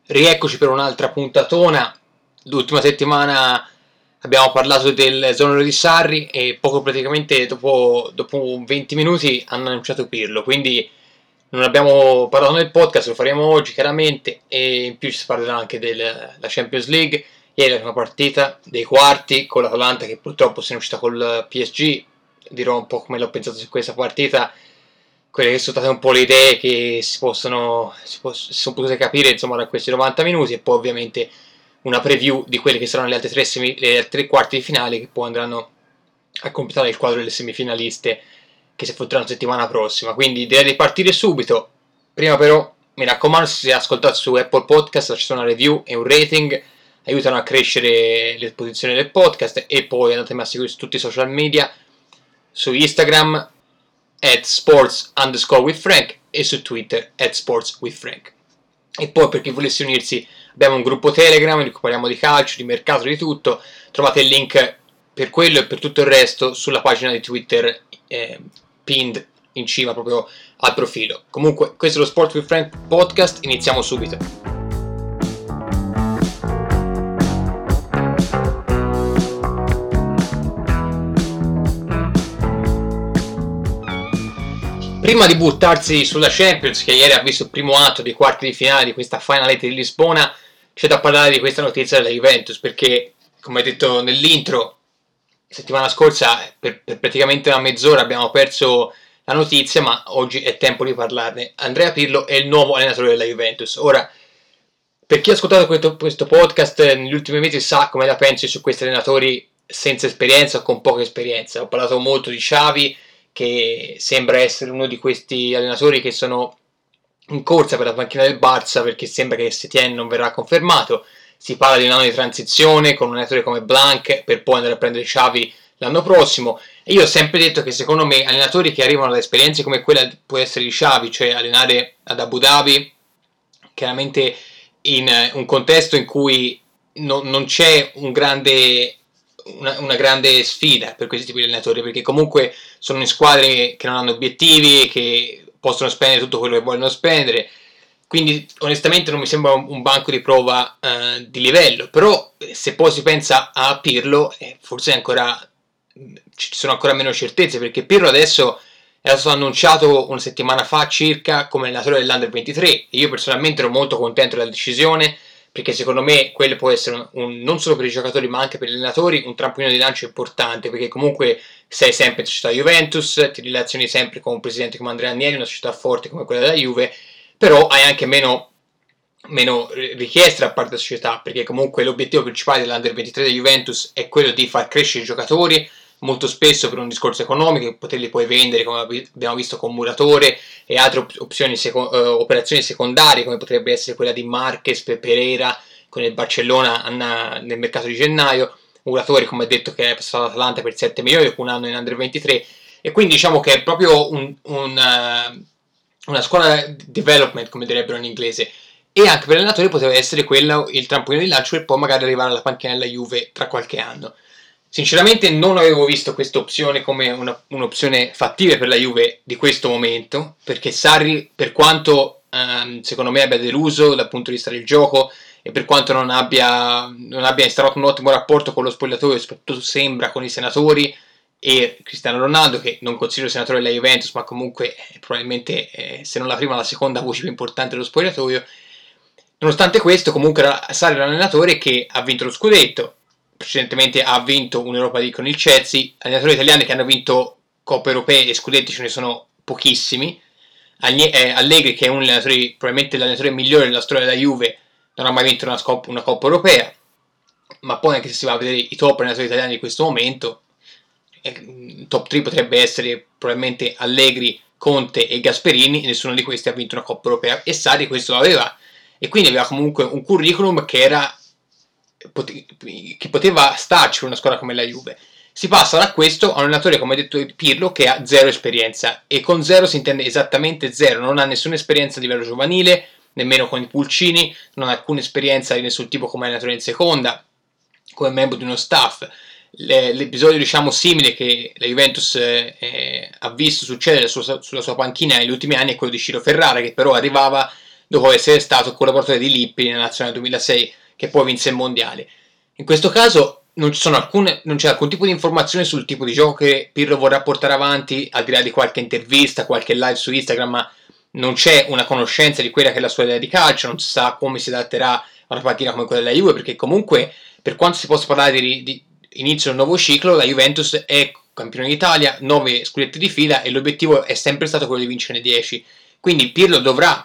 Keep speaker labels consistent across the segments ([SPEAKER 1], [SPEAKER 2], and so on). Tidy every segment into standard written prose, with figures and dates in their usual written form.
[SPEAKER 1] Rieccoci per un'altra puntatona. L'ultima settimana abbiamo parlato dell'esonero di Sarri e praticamente dopo 20 minuti hanno annunciato Pirlo, quindi non abbiamo parlato nel podcast, lo faremo oggi chiaramente, e in più ci si parlerà anche della Champions League. Ieri la prima partita dei quarti con l'Atalanta che purtroppo se ne è uscita col PSG. Dirò un po' come l'ho pensato su questa partita, quelle che sono state un po' le idee che si sono potute capire insomma da questi 90 minuti, e poi ovviamente una preview di quelle che saranno le altre quarti di finale che poi andranno a completare il quadro delle semifinaliste che si affronteranno settimana prossima. Quindi direi di partire subito. Prima però mi raccomando, se ascoltate su Apple Podcast lasciate una review e un rating, aiutano a crescere l'esposizione del podcast, e poi andatemi a seguire su tutti i social media, su Instagram @sports_with_Frank e su Twitter @sportswithfrank. E poi per chi volesse unirsi abbiamo un gruppo Telegram in cui parliamo di calcio, di mercato, di tutto. Trovate il link per quello e per tutto il resto sulla pagina di Twitter pinned in cima proprio al profilo. Comunque questo è lo Sport with Frank podcast, iniziamo subito. Prima di buttarsi sulla Champions, che ieri ha visto il primo atto dei quarti di finale di questa Final Eight di Lisbona, c'è da parlare di questa notizia della Juventus, perché, come detto nell'intro, settimana scorsa per praticamente una mezz'ora abbiamo perso la notizia, ma oggi è tempo di parlarne. Andrea Pirlo è il nuovo allenatore della Juventus. Ora, per chi ha ascoltato questo podcast negli ultimi mesi sa come la pensi su questi allenatori senza esperienza o con poca esperienza. Ho parlato molto di Xavi, che sembra essere uno di questi allenatori che sono in corsa per la panchina del Barça, perché sembra che Setien non verrà confermato. Si parla di un anno di transizione con un allenatore come Blanc per poi andare a prendere Xavi l'anno prossimo, e io ho sempre detto che secondo me allenatori che arrivano da esperienze come quella può essere di Xavi, cioè allenare ad Abu Dhabi, chiaramente in un contesto in cui non c'è una grande sfida per questi tipi di allenatori, perché comunque sono in squadre che non hanno obiettivi, che possono spendere tutto quello che vogliono spendere, quindi onestamente non mi sembra un banco di prova di livello. Però se poi si pensa a Pirlo, forse ci sono ancora meno certezze, perché Pirlo adesso era stato annunciato una settimana fa circa come allenatore dell'Under 23 e io personalmente ero molto contento della decisione, perché secondo me quello può essere non solo per i giocatori ma anche per gli allenatori un trampolino di lancio importante, perché comunque sei sempre in società Juventus, ti relazioni sempre con un presidente come Andrea Agnelli, una società forte come quella della Juve, però hai anche meno richieste da parte della società, perché comunque l'obiettivo principale dell'Under 23 della Juventus è quello di far crescere i giocatori, molto spesso per un discorso economico, poterli poi vendere come abbiamo visto con Muratore e altre operazioni secondarie, come potrebbe essere quella di Marquez per Pereira con il Barcellona nel mercato di gennaio. Muratore, come detto, che è passato all'Atalanta per 7 milioni dopo un anno in Under 23, e quindi diciamo che è proprio una scuola di development, come direbbero in inglese, e anche per l'allenatore poteva essere quello il trampolino di lancio per poi magari arrivare alla panchina della Juve tra qualche anno. Sinceramente non avevo visto questa opzione come un'opzione fattibile per la Juve di questo momento, perché Sarri, per quanto secondo me abbia deluso dal punto di vista del gioco e per quanto non abbia instaurato un ottimo rapporto con lo spogliatoio, soprattutto sembra con i senatori e Cristiano Ronaldo, che non considero senatore della Juventus, ma comunque probabilmente se non la prima la seconda voce più importante dello spogliatoio. Nonostante questo, comunque Sarri era un allenatore che ha vinto lo scudetto, precedentemente ha vinto un'Europa League con il Chelsea. Allenatori italiani che hanno vinto Coppe Europee e scudetti ce ne sono pochissimi. Allegri, che è probabilmente l'allenatore migliore della storia della Juve, non ha mai vinto una Coppa Europea. Ma poi anche se si va a vedere i top allenatori italiani di questo momento, top 3 potrebbe essere probabilmente Allegri, Conte e Gasperini, e nessuno di questi ha vinto una Coppa Europea, e Sarri questo l'aveva, e quindi aveva comunque un curriculum che poteva starci per una squadra come la Juve. Si passa da questo a un allenatore come detto Pirlo che ha zero esperienza, e con zero si intende esattamente zero, non ha nessuna esperienza a livello giovanile, nemmeno con i pulcini, non ha alcuna esperienza di nessun tipo come allenatore in seconda, come membro di uno staff. L'episodio diciamo simile che la Juventus ha visto succedere sulla sua panchina negli ultimi anni è quello di Ciro Ferrara, che però arrivava dopo essere stato collaboratore di Lippi nella nazionale 2006 che poi vinse il mondiale. In questo caso non c'è alcun tipo di informazione sul tipo di gioco che Pirlo vorrà portare avanti, al di là di qualche intervista, qualche live su Instagram, ma non c'è una conoscenza di quella che è la sua idea di calcio, non si sa come si adatterà a una partita come quella della Juve, perché comunque, per quanto si possa parlare di inizio di un nuovo ciclo, la Juventus è campione d'Italia, 9 scudetti di fila e l'obiettivo è sempre stato quello di vincerne 10. Quindi Pirlo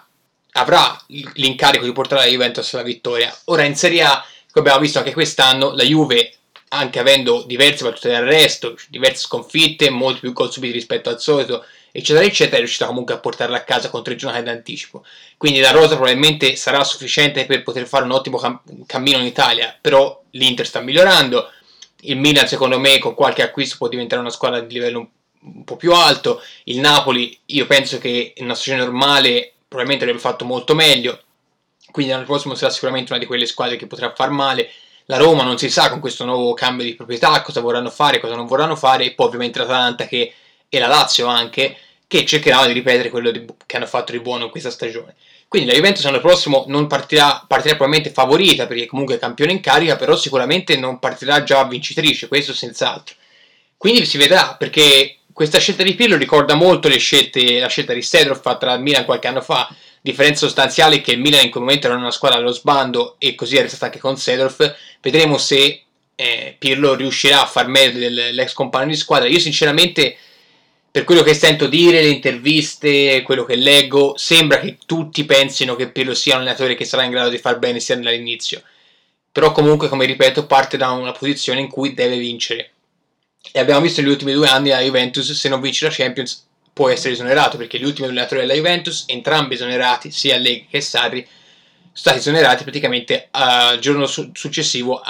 [SPEAKER 1] avrà l'incarico di portare la Juventus alla vittoria. Ora in Serie A, come abbiamo visto anche quest'anno, la Juve, anche avendo diverse battute d'arresto, diverse sconfitte, molti più gol subiti rispetto al solito, eccetera eccetera, è riuscita comunque a portarla a casa con 3 giornate d'anticipo. Quindi la rosa probabilmente sarà sufficiente per poter fare un ottimo cammino in Italia, però l'Inter sta migliorando, il Milan secondo me con qualche acquisto può diventare una squadra di livello un po' più alto, il Napoli io penso che in una stagione normale probabilmente avrebbe fatto molto meglio, quindi l'anno prossimo sarà sicuramente una di quelle squadre che potrà far male. La Roma non si sa con questo nuovo cambio di proprietà cosa vorranno fare, cosa non vorranno fare, e poi ovviamente l'Atalanta e la Lazio anche, che cercheranno di ripetere quello che hanno fatto di buono in questa stagione. Quindi la Juventus l'anno prossimo non partirà probabilmente favorita, perché comunque è campione in carica, però sicuramente non partirà già vincitrice, questo senz'altro. Quindi si vedrà, perché questa scelta di Pirlo ricorda molto la scelta di Seedorf fatta dal Milan qualche anno fa. Differenza sostanziale è che il Milan in quel momento era una squadra allo sbando e così è restata anche con Seedorf. Vedremo se Pirlo riuscirà a far meglio dell'ex compagno di squadra. Io sinceramente, per quello che sento dire, le interviste, quello che leggo, sembra che tutti pensino che Pirlo sia un allenatore che sarà in grado di far bene sia dall'inizio. Però comunque, come ripeto, parte da una posizione in cui deve vincere. E abbiamo visto negli ultimi 2 anni la Juventus, se non vince la Champions, può essere esonerato, perché gli ultimi allenatori della Juventus, entrambi esonerati, sia Allegri che Sarri, sono stati esonerati praticamente al giorno successivo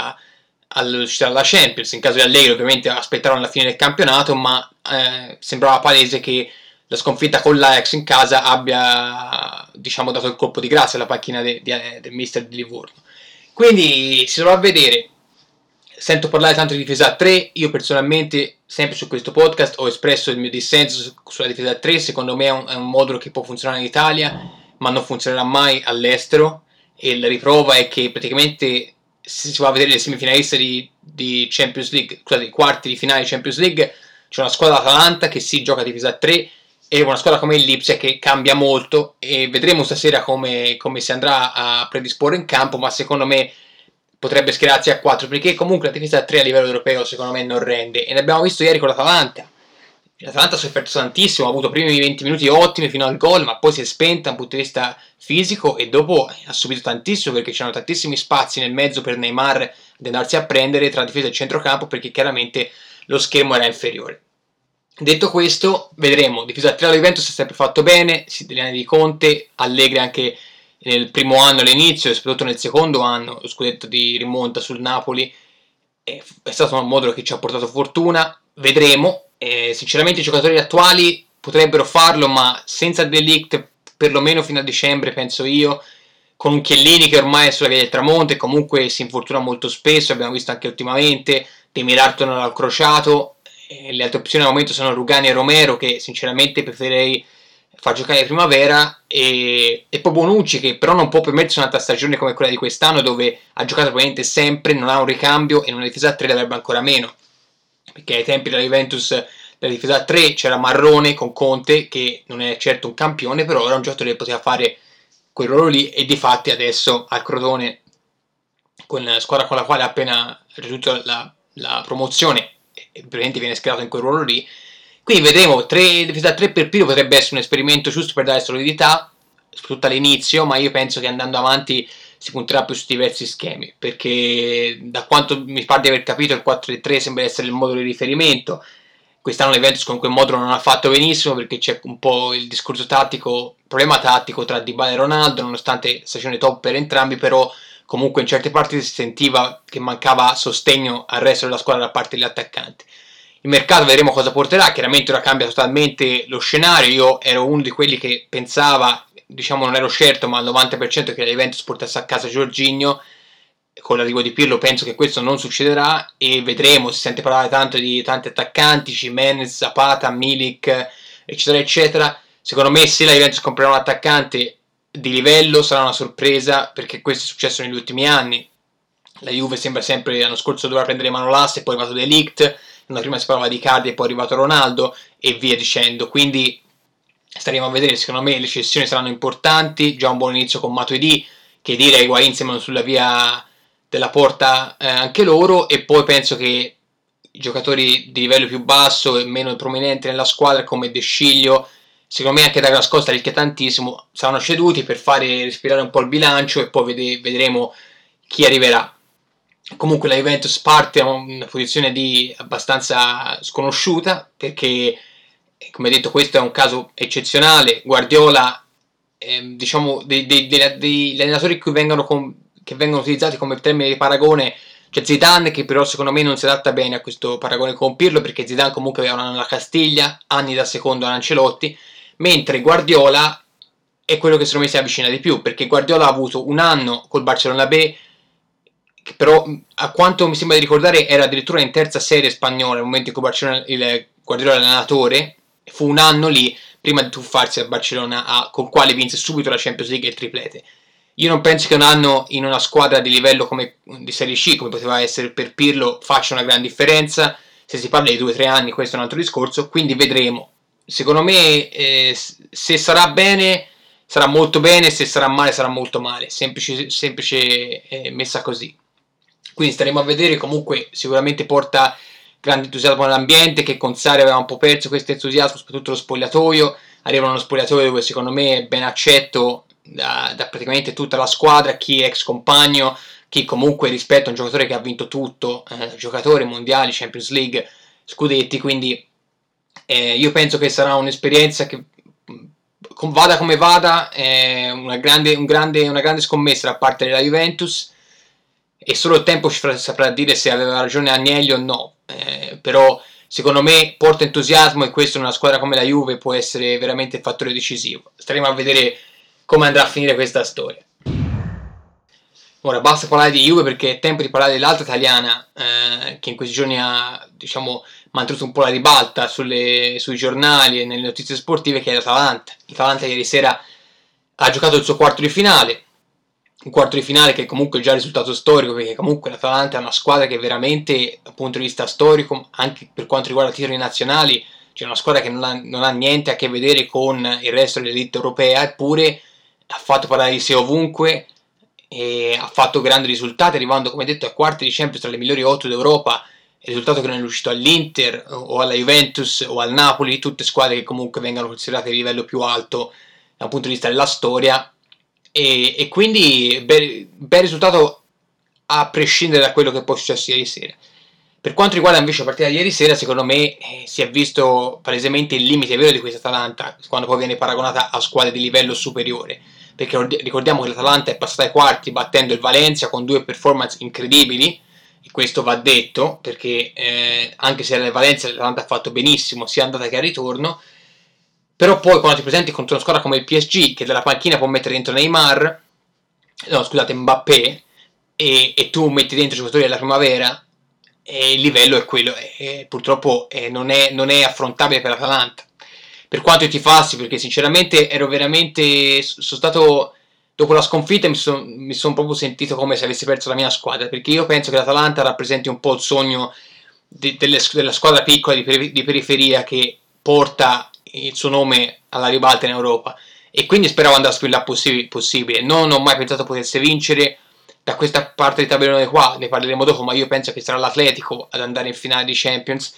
[SPEAKER 1] all'uscita dalla Champions. In caso di Allegri ovviamente aspettarono la fine del campionato, ma sembrava palese che la sconfitta con l'Ajax in casa abbia, diciamo, dato il colpo di grazia alla panchina del mister di Livorno. Quindi si dovrà vedere. Sento parlare tanto di difesa a 3, io personalmente, sempre su questo podcast, ho espresso il mio dissenso sulla difesa a 3, secondo me è un modulo che può funzionare in Italia, ma non funzionerà mai all'estero, e la riprova è che praticamente, se si va a vedere le semifinaliste di Champions League, scusate, i quarti di finale di Champions League, c'è una squadra Atalanta che si gioca a difesa a 3, e una squadra come il Lipsia che cambia molto, e vedremo stasera come si andrà a predisporre in campo, ma secondo me potrebbe schierarsi a 4, perché comunque la difesa a 3 a livello europeo secondo me non rende, e l'abbiamo visto ieri con l'Atalanta. L'Atalanta ha sofferto tantissimo, ha avuto i primi 20 minuti ottimi fino al gol, ma poi si è spenta da un punto di vista fisico e dopo ha subito tantissimo, perché c'erano tantissimi spazi nel mezzo per Neymar di andarsi a prendere tra difesa e centrocampo, perché chiaramente lo schermo era inferiore. Detto questo, vedremo. Difesa a 3 alla Juventus ha sempre fatto bene, degli anni di Conte, Allegri anche nel primo anno all'inizio e soprattutto nel secondo anno, lo scudetto di rimonta sul Napoli è stato un modulo che ci ha portato fortuna. Vedremo. Sinceramente i giocatori attuali potrebbero farlo, ma senza De Ligt perlomeno fino a dicembre, penso io, con un Chiellini che ormai è sulla via del tramonto e comunque si infortuna molto spesso, abbiamo visto anche ultimamente, De Mirar torna al crociato, le altre opzioni al momento sono Rugani e Romero, che sinceramente preferirei far giocare in primavera, e poi Bonucci, che però non può permettersi un'altra stagione come quella di quest'anno, dove ha giocato praticamente sempre, non ha un ricambio, e in una difesa a 3 l'avrebbe ancora meno, perché ai tempi della Juventus della difesa a 3 c'era Marrone con Conte, che non è certo un campione, però era un giocatore che poteva fare quel ruolo lì, e di fatti adesso al Crotone, con la squadra con la quale ha appena raggiunto la promozione, e praticamente viene schierato in quel ruolo lì. Quindi vedremo, difesa a 3 per Pirlo potrebbe essere un esperimento giusto per dare solidità, soprattutto all'inizio, ma io penso che andando avanti si punterà più su diversi schemi, perché da quanto mi pare di aver capito il 4-3 sembra essere il modulo di riferimento. Quest'anno l'Juventus con quel modulo non ha fatto benissimo, perché c'è un po' il discorso tattico, problema tattico tra Dybala e Ronaldo, nonostante stagione top per entrambi, però comunque in certe parti si sentiva che mancava sostegno al resto della squadra da parte degli attaccanti. Il mercato vedremo cosa porterà, chiaramente ora cambia totalmente lo scenario. Io ero uno di quelli che pensava, diciamo non ero certo, ma al 90% che la Juventus portasse a casa Jorginho. Con l'arrivo di Pirlo penso che questo non succederà, e vedremo. Si sente parlare tanto di tanti attaccanti, Jimenez, Zapata, Milik, eccetera eccetera. Secondo me se la Juventus comprerà un attaccante di livello, sarà una sorpresa, perché questo è successo negli ultimi anni. La Juve sembra sempre, l'anno scorso doveva prendere Manolas e poi è arrivato De Ligt, prima si parlava di Icardi e poi è arrivato Ronaldo e via dicendo, quindi staremo a vedere. Secondo me le cessioni saranno importanti, già un buon inizio con Matuidi, che direi Higuain sembrano sulla via della porta anche loro, e poi penso che i giocatori di livello più basso e meno prominenti nella squadra come De Sciglio, secondo me anche Douglas Costa rischia tantissimo, saranno ceduti per fare respirare un po' il bilancio e poi vedremo chi arriverà. Comunque la Juventus parte a una posizione di abbastanza sconosciuta, perché come detto questo è un caso eccezionale. Guardiola, diciamo degli allenatori che vengono utilizzati come termine di paragone, c'è Zidane, che però secondo me non si adatta bene a questo paragone con Pirlo, perché Zidane comunque aveva un anno alla Castiglia, anni da secondo ad Ancelotti, mentre Guardiola è quello che secondo me si avvicina di più, perché Guardiola ha avuto un anno col Barcellona B, che però a quanto mi sembra di ricordare era addirittura in terza serie spagnola nel momento in cui il Guardiola era allenatore. Fu un anno lì prima di tuffarsi al Barcellona con quale vinse subito la Champions League e il triplete. Io non penso che un anno in una squadra di livello come di Serie C, come poteva essere per Pirlo, faccia una gran differenza. Se si parla di 2 o 3 anni questo è un altro discorso, quindi vedremo. Secondo me se sarà bene sarà molto bene, se sarà male sarà molto male, semplice messa così. Quindi staremo a vedere. Comunque sicuramente porta grande entusiasmo all'ambiente, che con Sarri aveva un po' perso questo entusiasmo, soprattutto lo spogliatoio. Arriva uno spogliatoio dove secondo me è ben accetto da praticamente tutta la squadra, chi è ex compagno, chi comunque rispetto a un giocatore che ha vinto tutto, giocatore mondiali, Champions League, scudetti, quindi io penso che sarà un'esperienza che vada come vada, una grande scommessa da parte della Juventus, e solo il tempo ci saprà dire se aveva ragione Agnelli o no, però secondo me porta entusiasmo, e questo in una squadra come la Juve può essere veramente il fattore decisivo. Staremo a vedere come andrà a finire questa storia. Ora basta parlare di Juve, perché è tempo di parlare dell'altra italiana che in questi giorni ha, diciamo, mantenuto un po' la ribalta sui giornali e nelle notizie sportive, che è l'Atalanta. L'Atalanta ieri sera ha giocato il suo quarto di finale, un quarto di finale che comunque è già risultato storico, perché comunque l'Atalanta è una squadra che veramente dal punto di vista storico, anche per quanto riguarda i titoli nazionali, c'è una squadra che non ha niente a che vedere con il resto dell'elite europea, eppure ha fatto parlare di sé ovunque e ha fatto grandi risultati, arrivando come detto a quarti di Champions tra le migliori 8 d'Europa, risultato che non è riuscito all'Inter o alla Juventus o al Napoli, tutte squadre che comunque vengono considerate a livello più alto dal punto di vista della storia, e quindi bel risultato a prescindere da quello che poi è successo ieri sera. Per quanto riguarda invece la partita di ieri sera, secondo me si è visto palesemente il limite vero di questa Atalanta quando poi viene paragonata a squadre di livello superiore, perché ricordiamo che l'Atalanta è passata ai quarti battendo il Valencia con 2 performance incredibili, e questo va detto, perché anche se il Valencia l'Atalanta ha fatto benissimo sia andata che al ritorno, però poi quando ti presenti contro una squadra come il PSG, che dalla panchina può mettere dentro Neymar, no scusate Mbappé, e tu metti dentro i giocatori della primavera, e il livello è quello, e purtroppo non è affrontabile per l'Atalanta. Per quanto io tifassi, perché sinceramente ero veramente, sono stato, dopo la sconfitta mi sono proprio sentito come se avessi perso la mia squadra, perché io penso che l'Atalanta rappresenti un po' il sogno della squadra piccola di periferia che porta il suo nome alla ribalta in Europa, e quindi speravo andasse più in là possibile. Non ho mai pensato potesse vincere da questa parte di tabellone qua, ne parleremo dopo, ma io penso che sarà l'Atletico ad andare in finale di Champions.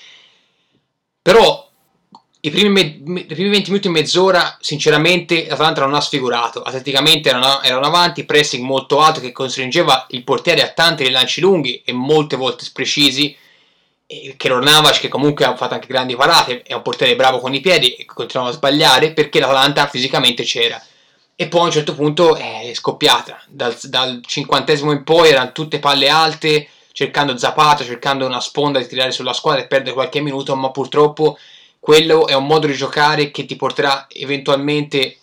[SPEAKER 1] Però i primi 20 minuti e mezz'ora sinceramente l'Atalanta non ha sfigurato, atleticamente erano avanti, pressing molto alto che costringeva il portiere a tanti rilanci lunghi e molte volte sprecisi, che Navas, che comunque ha fatto anche grandi parate, è un portiere bravo con i piedi e continuava a sbagliare, perché l'Atalanta fisicamente c'era. E poi a un certo punto è scoppiata, dal 50esimo in poi erano tutte palle alte, cercando Zapata, cercando una sponda di tirare sulla squadra e perdere qualche minuto, ma purtroppo quello è un modo di giocare che ti porterà eventualmente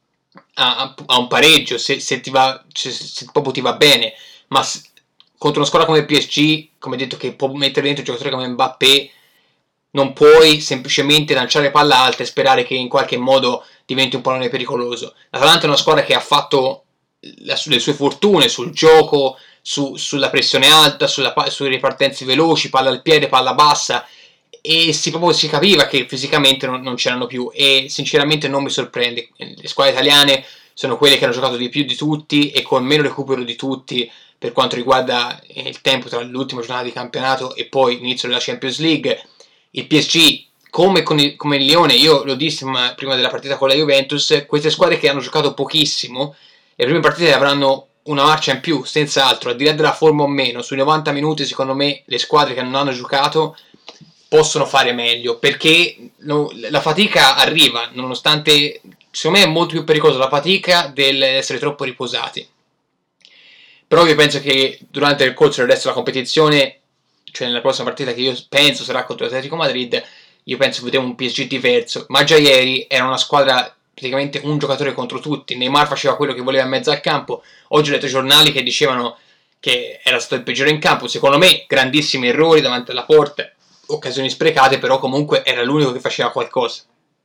[SPEAKER 1] a un pareggio se proprio ti va bene, ma contro una squadra come il PSG, come detto, che può mettere dentro un giocatore come Mbappé, non puoi semplicemente lanciare palla alta e sperare che in qualche modo diventi un pallone pericoloso. L'Atalanta è una squadra che ha fatto le sue fortune sul gioco, sulla pressione alta, sulle ripartenze veloci, palla al piede, palla bassa, e si capiva che fisicamente non c'erano più, e sinceramente non mi sorprende. Le squadre italiane sono quelle che hanno giocato di più di tutti e con meno recupero di tutti per quanto riguarda il tempo tra l'ultima giornata di campionato e poi l'inizio della Champions League. Il PSG, come il Lione, io lo dissi prima della partita con la Juventus, queste squadre che hanno giocato pochissimo, le prime partite avranno una marcia in più, senz'altro, al di là della forma o meno. Sui 90 minuti secondo me le squadre che non hanno giocato possono fare meglio, perché la fatica arriva, nonostante, secondo me è molto più pericolosa la fatica dell'essere troppo riposati. Però io penso che durante il corso del resto della competizione, cioè nella prossima partita che io penso sarà contro l'Atletico Madrid, io penso che vedremo un PSG diverso, ma già ieri era una squadra praticamente un giocatore contro tutti. Neymar faceva quello che voleva in mezzo al campo. Oggi ho letto giornali che dicevano che era stato il peggiore in campo. Secondo me grandissimi errori davanti alla porta, occasioni sprecate, però comunque era l'unico che faceva qualcosa.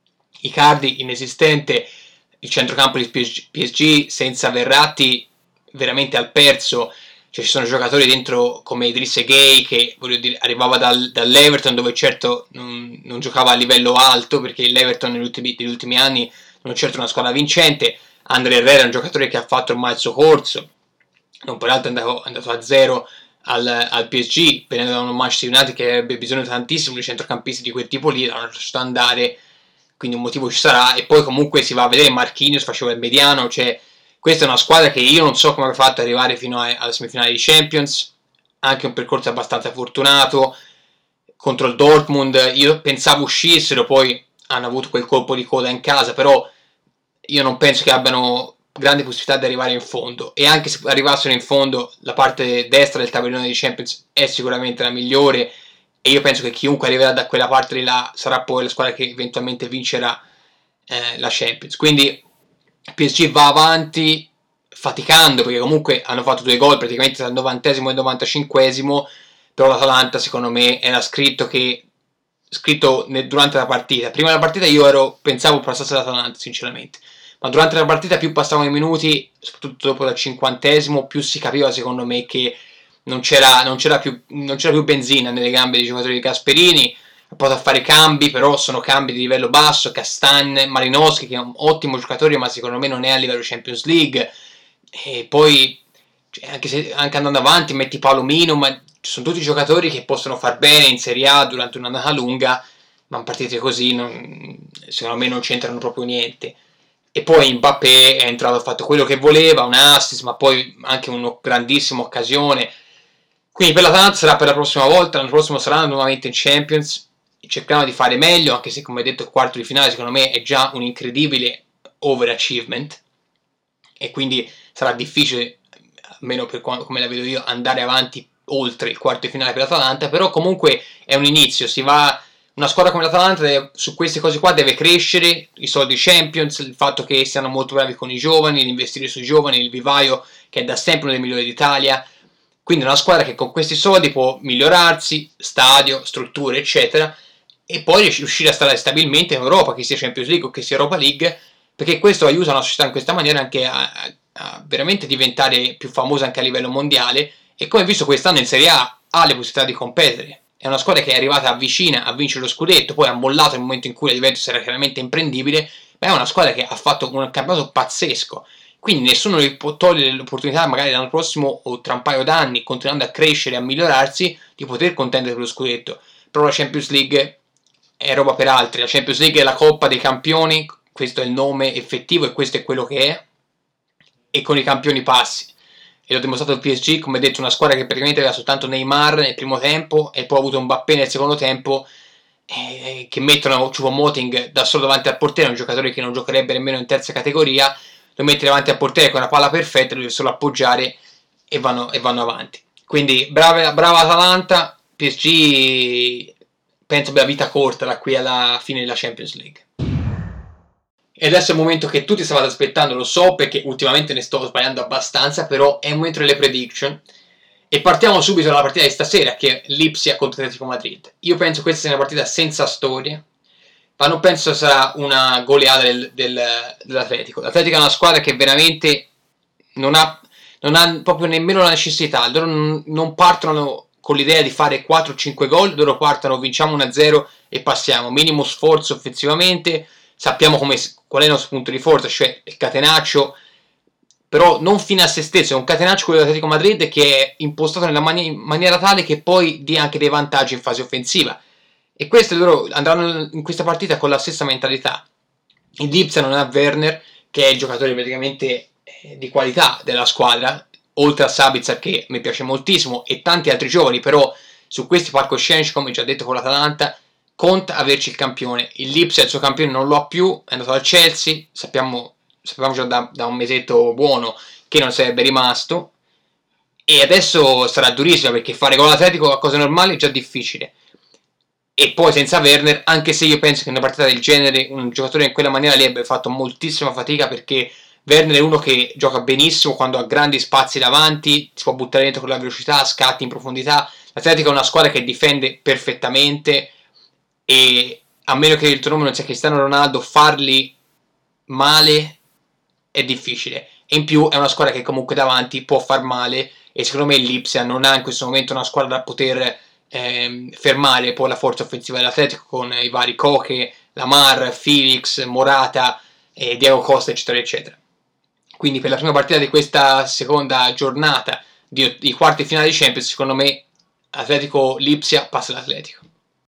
[SPEAKER 1] Icardi inesistente, il centrocampo di PSG senza Verratti veramente al perso. Cioè, ci sono giocatori dentro come Idriss Gueye che, voglio dire, arrivava dall'Everton, dove certo non giocava a livello alto, perché l'Everton negli ultimi anni non è certo una squadra vincente. André Herrera è un giocatore che ha fatto ormai il suo corso, non peraltro è andato a zero al PSG, venendo da un Manchester United che avrebbe bisogno tantissimo di centrocampisti di quel tipo lì, l'hanno lasciato andare, quindi un motivo ci sarà. E poi comunque si va a vedere Marquinhos faceva il mediano, cioè questa è una squadra che io non so come abbia fatto ad arrivare fino alla semifinale di Champions, anche un percorso abbastanza fortunato contro il Dortmund. Io pensavo uscissero, poi hanno avuto quel colpo di coda in casa, però io non penso che abbiano grandi possibilità di arrivare in fondo, e anche se arrivassero in fondo la parte destra del tabellone di Champions è sicuramente la migliore, e io penso che chiunque arriverà da quella parte di là sarà poi la squadra che eventualmente vincerà la Champions. Quindi PSG va avanti faticando, perché comunque hanno fatto 2 gol praticamente tra il 90esimo e il 95esimo, però l'Atalanta secondo me era scritto durante la partita. Prima della partita io pensavo passasse l'Atalanta sinceramente, ma durante la partita più passavano i minuti, soprattutto dopo il 50esimo, più si capiva secondo me che non c'era più benzina nelle gambe dei giocatori di Gasperini. Ha provato a fare cambi, però sono cambi di livello basso. Castan, Malinowski, che è un ottimo giocatore, ma secondo me non è a livello Champions League. E poi, cioè, anche andando avanti, metti Paolo Mino, ma sono tutti giocatori che possono far bene in Serie A durante un'annata lunga, ma in partite così secondo me non c'entrano proprio niente. E poi Mbappé è entrato, ha fatto quello che voleva, un assist, ma poi anche una grandissima occasione. Quindi per l'Atalanta sarà per la prossima volta, l'anno prossimo saranno nuovamente in Champions, cercano di fare meglio, anche se come detto il quarto di finale secondo me è già un incredibile overachievement, e quindi sarà difficile, almeno per come la vedo io, andare avanti oltre il quarto di finale per l'Atalanta. Però comunque è un inizio, una squadra come l'Atalanta su queste cose qua deve crescere, i soldi Champions, il fatto che siano molto bravi con i giovani, l'investire sui giovani, il vivaio che è da sempre uno dei migliori d'Italia. Quindi è una squadra che con questi soldi può migliorarsi, stadio, strutture eccetera, e poi riuscire a stare stabilmente in Europa, che sia Champions League o che sia Europa League, perché questo aiuta una società in questa maniera anche a veramente diventare più famosa anche a livello mondiale. E come visto quest'anno in Serie A ha le possibilità di competere. È una squadra che è arrivata vicina a vincere lo scudetto, poi ha mollato nel momento in cui la Juventus era chiaramente imprendibile, ma è una squadra che ha fatto un campionato pazzesco. Quindi nessuno gli può togliere l'opportunità, magari l'anno prossimo o tra un paio d'anni, continuando a crescere e a migliorarsi, di poter contendere per lo scudetto. Però la Champions League è roba per altri. La Champions League è la Coppa dei Campioni, questo è il nome effettivo e questo è quello che è, e con i campioni passi. E l'ho dimostrato il PSG, come detto, una squadra che praticamente aveva soltanto Neymar nel primo tempo e poi ha avuto Mbappé nel secondo tempo, che mettono Choupo-Moting da solo davanti al portiere, un giocatore che non giocherebbe nemmeno in terza categoria, lo mette davanti al portiere con una palla perfetta, lo deve solo appoggiare e vanno avanti. Quindi brava Atalanta, PSG penso abbia vita corta da qui alla fine della Champions League. E adesso è il momento che tutti stavate aspettando, lo so perché ultimamente ne sto sbagliando abbastanza, però è il momento delle prediction. E partiamo subito dalla partita di stasera, che è l'Ipsia contro Atletico Madrid. Io penso questa sia una partita senza storia, ma non penso sarà una goleata dell'Atletico. L'Atletico è una squadra che veramente non ha proprio nemmeno la necessità. Loro non partono con l'idea di fare 4-5 gol, loro partono, vinciamo 1-0 e passiamo. Minimo sforzo offensivamente, sappiamo qual è il nostro punto di forza, cioè il catenaccio, però non fine a se stesso, è un catenaccio quello dell'Atletico Madrid che è impostato in maniera tale che poi dia anche dei vantaggi in fase offensiva. E questo loro andranno in questa partita con la stessa mentalità. Il Lipsia non ha Werner, che è il giocatore praticamente di qualità della squadra, oltre a Sabitzer che mi piace moltissimo e tanti altri giovani, però su questi palcoscenici, come già detto con l'Atalanta, conta averci il campione. Il Lipsia il suo campione non lo ha più, è andato al Chelsea, sappiamo già da un mesetto buono che non sarebbe rimasto, e adesso sarà durissimo perché fare gol all'Atletico a cose normali è già difficile. E poi senza Werner, anche se io penso che in una partita del genere un giocatore in quella maniera lì abbia fatto moltissima fatica, perché Werner è uno che gioca benissimo quando ha grandi spazi davanti, si può buttare dentro con la velocità, scatti in profondità. L'Atletico è una squadra che difende perfettamente e a meno che il tuo nome non sia Cristiano Ronaldo, farli male è difficile. E in più è una squadra che comunque davanti può far male e secondo me il Lipsia non ha in questo momento una squadra da poter fermare poi la forza offensiva dell'Atletico con i vari Koke, Lamar, Felix, Morata, Diego Costa eccetera eccetera. Quindi per la prima partita di questa seconda giornata di quarti finali di Champions, secondo me Atletico Lipsia passa l'Atletico.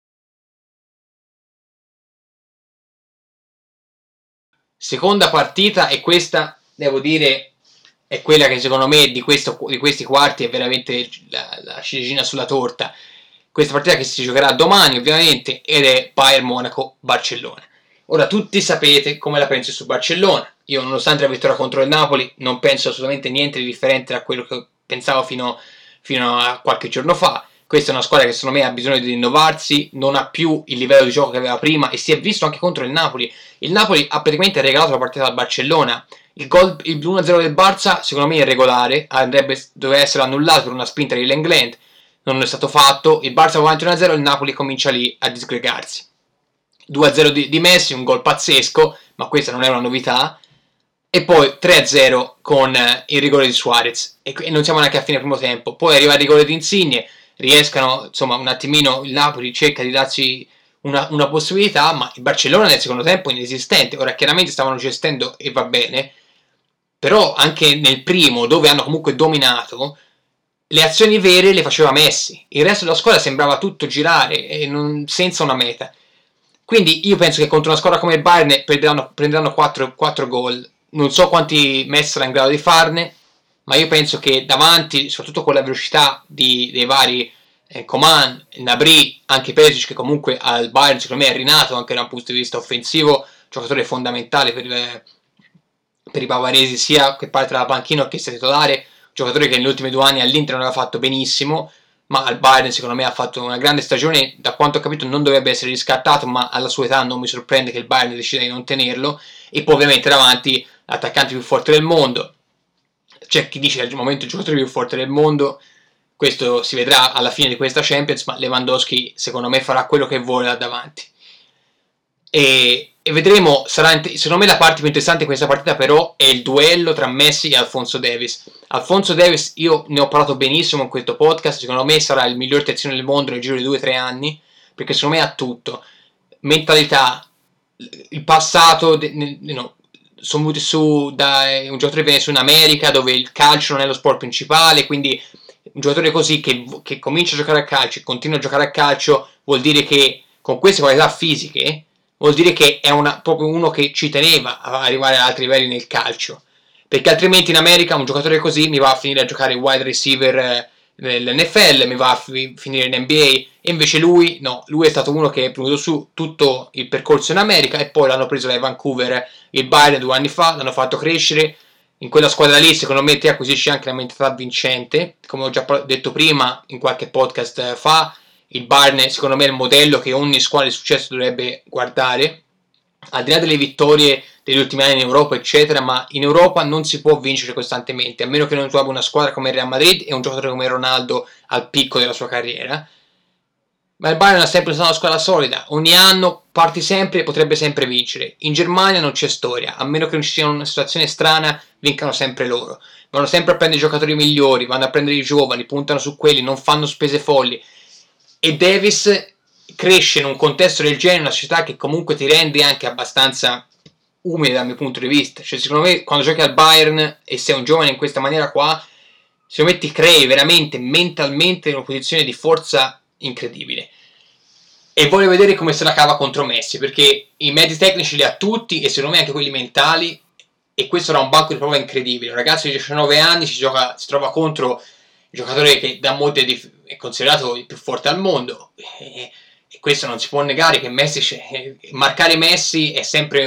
[SPEAKER 1] Seconda partita, e questa devo dire è quella che secondo me di questi quarti è veramente la ciliegina sulla torta. Questa partita che si giocherà domani ovviamente ed è Bayern Monaco-Barcellona. Ora tutti sapete come la penso su Barcellona. Io nonostante la vittoria contro il Napoli non penso assolutamente niente di differente da quello che pensavo fino a qualche giorno fa. Questa è una squadra che secondo me ha bisogno di rinnovarsi, non ha più il livello di gioco che aveva prima e si è visto anche contro il Napoli. Il Napoli ha praticamente regalato la partita al Barcellona. Il 1-0 del Barça secondo me è irregolare, doveva essere annullato per una spinta di Lenglet, non è stato fatto, il Barça va avanti 1-0 e il Napoli comincia lì a disgregarsi. 2-0 di Messi, un gol pazzesco, ma questa non è una novità, e poi 3-0 con il rigore di Suarez, e non siamo neanche a fine primo tempo. Poi arriva il rigore di Insigne, riescano, insomma, un attimino il Napoli cerca di darci una possibilità, ma il Barcellona nel secondo tempo è inesistente. Ora chiaramente stavano gestendo e va bene, però anche nel primo, dove hanno comunque dominato, le azioni vere le faceva Messi, il resto della squadra sembrava tutto girare e senza una meta. Quindi io penso che contro una squadra come il Bayern prenderanno 4 gol, non so quanti Messi sarà in grado di farne, ma io penso che davanti, soprattutto con la velocità dei vari Coman, Gnabry, anche Perisic, che comunque al Bayern secondo me è rinato anche da un punto di vista offensivo, giocatore fondamentale per i bavaresi, sia che parte dalla panchina che sia titolare, giocatore che negli ultimi 2 anni all'Inter non aveva fatto benissimo, ma al Bayern secondo me ha fatto una grande stagione, da quanto ho capito non dovrebbe essere riscattato, ma alla sua età non mi sorprende che il Bayern decida di non tenerlo. E poi ovviamente davanti l'attaccante più forte del mondo, c'è chi dice al momento il giocatore più forte del mondo, questo si vedrà alla fine di questa Champions, ma Lewandowski secondo me farà quello che vuole là davanti. E vedremo, secondo me la parte più interessante di questa partita però è il duello tra Messi e Alphonso Davies. Alphonso Davies, io ne ho parlato benissimo in questo podcast, secondo me sarà il miglior terzino del mondo nel giro di 2-3 anni, perché secondo me ha tutto, mentalità, il passato, sono venuti su da un giocatore che viene su in America dove il calcio non è lo sport principale, quindi un giocatore così che comincia a giocare a calcio e continua a giocare a calcio vuol dire che con queste qualità fisiche vuol dire che è proprio uno che ci teneva a arrivare ad altri livelli nel calcio, perché altrimenti in America un giocatore così mi va a finire a giocare wide receiver nell'NFL, mi va a finire in NBA, e invece lui è stato uno che è venuto su tutto il percorso in America e poi l'hanno preso dai Vancouver, il Bayern 2 anni fa, l'hanno fatto crescere. In quella squadra lì secondo me ti acquisisci anche la mentalità vincente, come ho già detto prima in qualche podcast fa. Il Bayern secondo me è il modello che ogni squadra di successo dovrebbe guardare, al di là delle vittorie degli ultimi anni in Europa eccetera, ma in Europa non si può vincere costantemente, a meno che non trovi una squadra come il Real Madrid e un giocatore come Ronaldo al picco della sua carriera. Ma il Bayern è sempre stata una squadra solida, ogni anno parti sempre e potrebbe sempre vincere. In Germania non c'è storia, a meno che non ci sia una situazione strana, vincano sempre loro. Vanno sempre a prendere i giocatori migliori, vanno a prendere i giovani, puntano su quelli, non fanno spese folli. E Davis cresce in un contesto del genere, una società che comunque ti rende anche abbastanza umile dal mio punto di vista. Cioè, secondo me, quando giochi al Bayern e sei un giovane in questa maniera qua, secondo me ti crei veramente mentalmente in una posizione di forza incredibile. E voglio vedere come se la cava contro Messi, perché i mezzi tecnici li ha tutti e secondo me anche quelli mentali, e questo era un banco di prova incredibile. Un ragazzo di 19 anni si trova contro il giocatore che da molti è considerato il più forte al mondo, e questo non si può negare che marcare Messi è sempre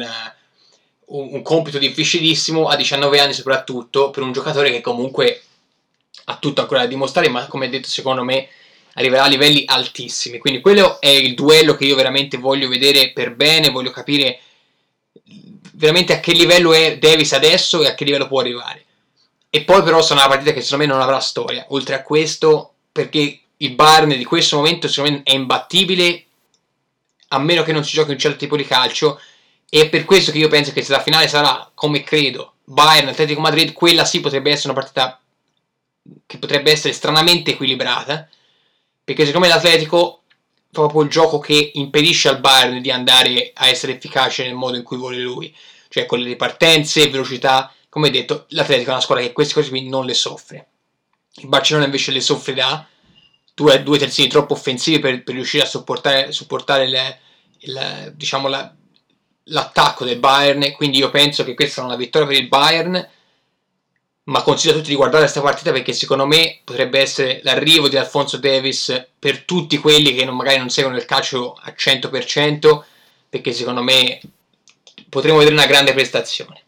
[SPEAKER 1] un compito difficilissimo, a 19 anni soprattutto, per un giocatore che comunque ha tutto ancora da dimostrare, ma come detto secondo me arriverà a livelli altissimi. Quindi quello è il duello che io veramente voglio vedere per bene, voglio capire veramente a che livello è Davis adesso e a che livello può arrivare. E poi però sarà una partita che secondo me non avrà storia, oltre a questo, perché il Bayern di questo momento secondo me è imbattibile, a meno che non si giochi un certo tipo di calcio, e è per questo che io penso che se la finale sarà, come credo, Bayern-Atletico Madrid, quella sì potrebbe essere una partita che potrebbe essere stranamente equilibrata, perché secondo me l'Atletico fa proprio il gioco che impedisce al Bayern di andare a essere efficace nel modo in cui vuole lui, cioè con le ripartenze, velocità. Come detto, l'Atletico è una squadra che queste cose qui non le soffre. Il Barcellona invece le soffre da due terzini troppo offensivi per riuscire a supportare diciamo l'attacco del Bayern. Quindi io penso che questa sia una vittoria per il Bayern, ma consiglio a tutti di guardare questa partita perché secondo me potrebbe essere l'arrivo di Alphonso Davies per tutti quelli che magari non seguono il calcio a 100%, perché secondo me potremo vedere una grande prestazione.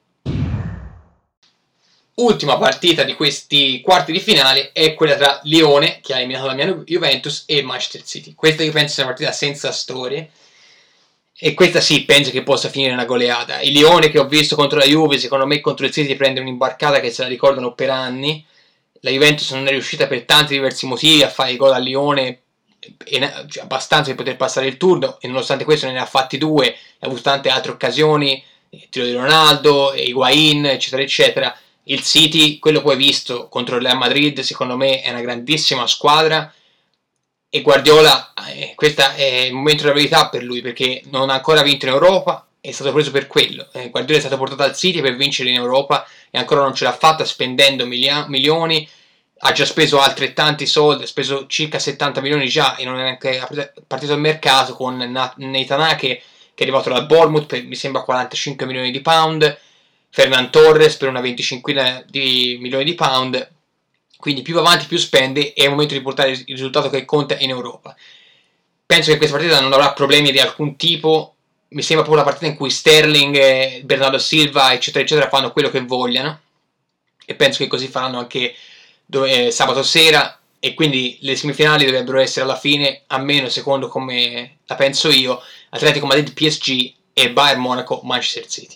[SPEAKER 1] Ultima partita di questi quarti di finale è quella tra Lione, che ha eliminato la mia Juventus, e Manchester City. Questa io penso sia una partita senza storie, e questa sì, penso che possa finire una goleata. Il Lione che ho visto contro la Juve, secondo me contro il City prende un'imbarcata che se la ricordano per anni. La Juventus non è riuscita per tanti diversi motivi a fare i gol al Lione, abbastanza per poter passare il turno, e nonostante questo ne ha fatti due, ha avuto tante altre occasioni, il tiro di Ronaldo, Higuain, eccetera eccetera. Il City, quello che ho visto contro il Real Madrid, secondo me è una grandissima squadra, e Guardiola, questo è il momento della verità per lui, perché non ha ancora vinto in Europa, è stato preso per quello. Guardiola è stato portato al City per vincere in Europa e ancora non ce l'ha fatta, spendendo milioni, ha già speso altrettanti soldi, ha speso circa 70 milioni già e non è neanche partito al mercato, con Nathan Ake che è arrivato dal Bournemouth per mi sembra 45 milioni di pound, Fernan Torres per una 25 di milioni di pound. Quindi più avanti più spende, è il momento di portare il risultato che conta in Europa. Penso che questa partita non avrà problemi di alcun tipo. Mi sembra proprio la partita in cui Sterling, Bernardo Silva eccetera eccetera fanno quello che vogliano, e penso che così faranno anche sabato sera, e quindi le semifinali dovrebbero essere alla fine, almeno secondo come la penso io, Atletico Madrid PSG e Bayern Monaco Manchester City.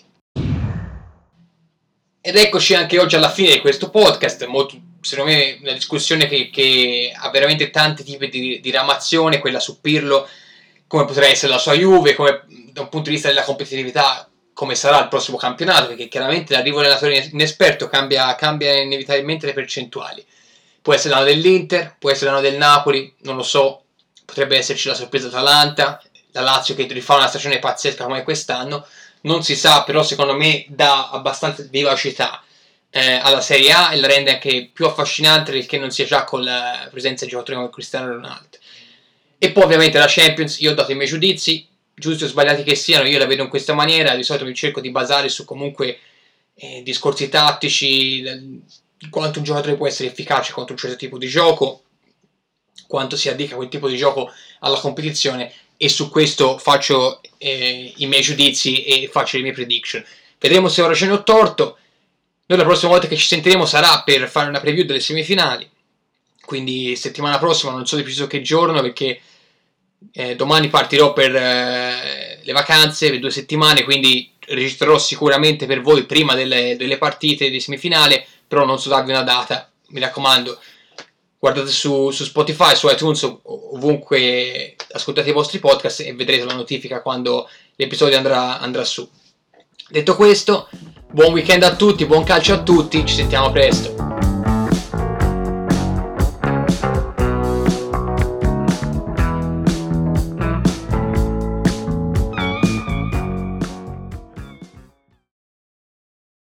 [SPEAKER 1] Ed eccoci anche oggi alla fine di questo podcast, secondo me una discussione che ha veramente tanti tipi di diramazione, quella su Pirlo, come potrà essere la sua Juve, come da un punto di vista della competitività, come sarà il prossimo campionato, perché chiaramente l'arrivo dell'allenatore inesperto cambia inevitabilmente le percentuali. Può essere l'anno dell'Inter, può essere l'anno del Napoli, non lo so, potrebbe esserci la sorpresa Atalanta, la Lazio che rifà una stagione pazzesca come quest'anno. Non si sa, però secondo me dà abbastanza vivacità alla Serie A e la rende anche più affascinante, perché non sia già con la presenza di giocatori come Cristiano Ronaldo. E poi ovviamente la Champions, io ho dato i miei giudizi, giusti o sbagliati che siano, io la vedo in questa maniera, di solito mi cerco di basare su comunque discorsi tattici, quanto un giocatore può essere efficace contro un certo tipo di gioco, quanto si addica quel tipo di gioco alla competizione, e su questo faccio i miei giudizi e faccio le mie prediction. Vedremo se ho ragione o torto. Noi la prossima volta che ci sentiremo sarà per fare una preview delle semifinali, quindi settimana prossima, non so di preciso che giorno, perché domani partirò per le vacanze per 2 settimane, quindi registrerò sicuramente per voi prima delle partite di semifinale, però non so darvi una data, mi raccomando. guardate su Spotify, su iTunes, ovunque ascoltate i vostri podcast e vedrete la notifica quando l'episodio andrà su. Detto questo, buon weekend a tutti, buon calcio a tutti, ci sentiamo presto.